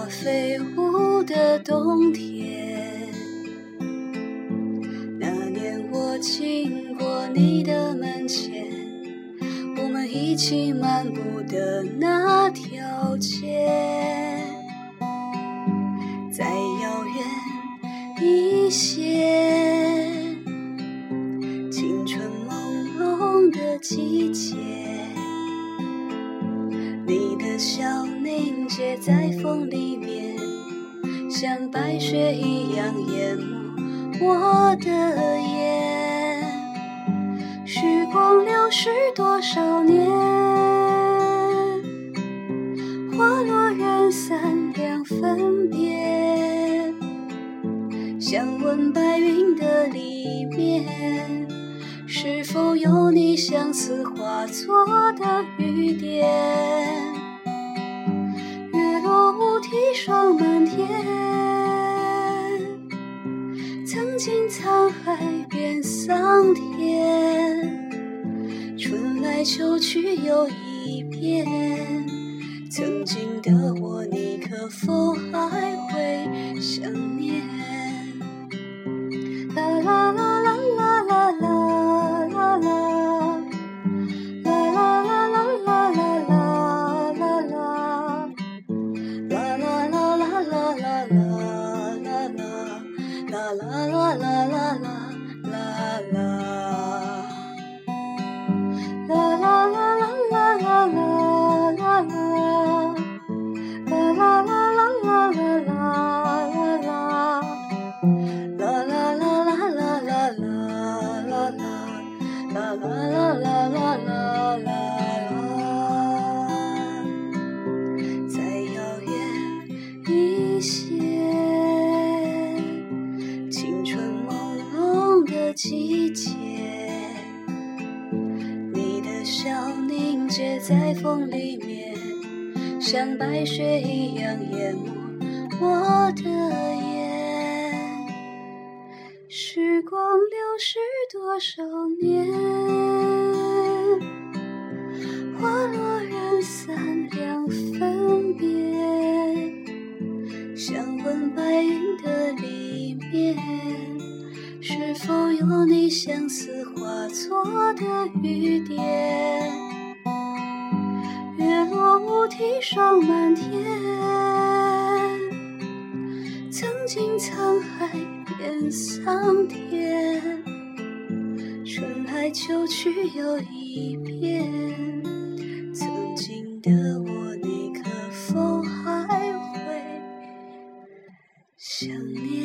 飞舞的冬天。那年我经过你的门前，我们一起漫步的那条街，再遥远一些，青春朦胧的季节，你的笑凝结在风里面，像白雪一样淹没我的眼。时光流逝多少年，花落人散两分别，想问白云的里面，是否有你相思化作的雨点。月落乌啼霜满天，曾经沧海变桑田，春来秋去又一遍，曾经的我你可否还会想念。啦啦啦啦啦啦啦啦啦，啦啦啦啦啦啦啦啦啦，啦啦啦啦啦啦啦啦啦，啦啦啦啦啦啦啦啦。再遥远一些，青春朦胧的季节，你的笑凝结在风里面，像白雪一样淹没我的眼。时光流逝多少年，花落人散两分别，想问白云的里面，是否有你相思化作的雨点。月落乌啼霜满天，曾经沧海变桑田，春来秋去又一遍，曾经的我你可否还会想念。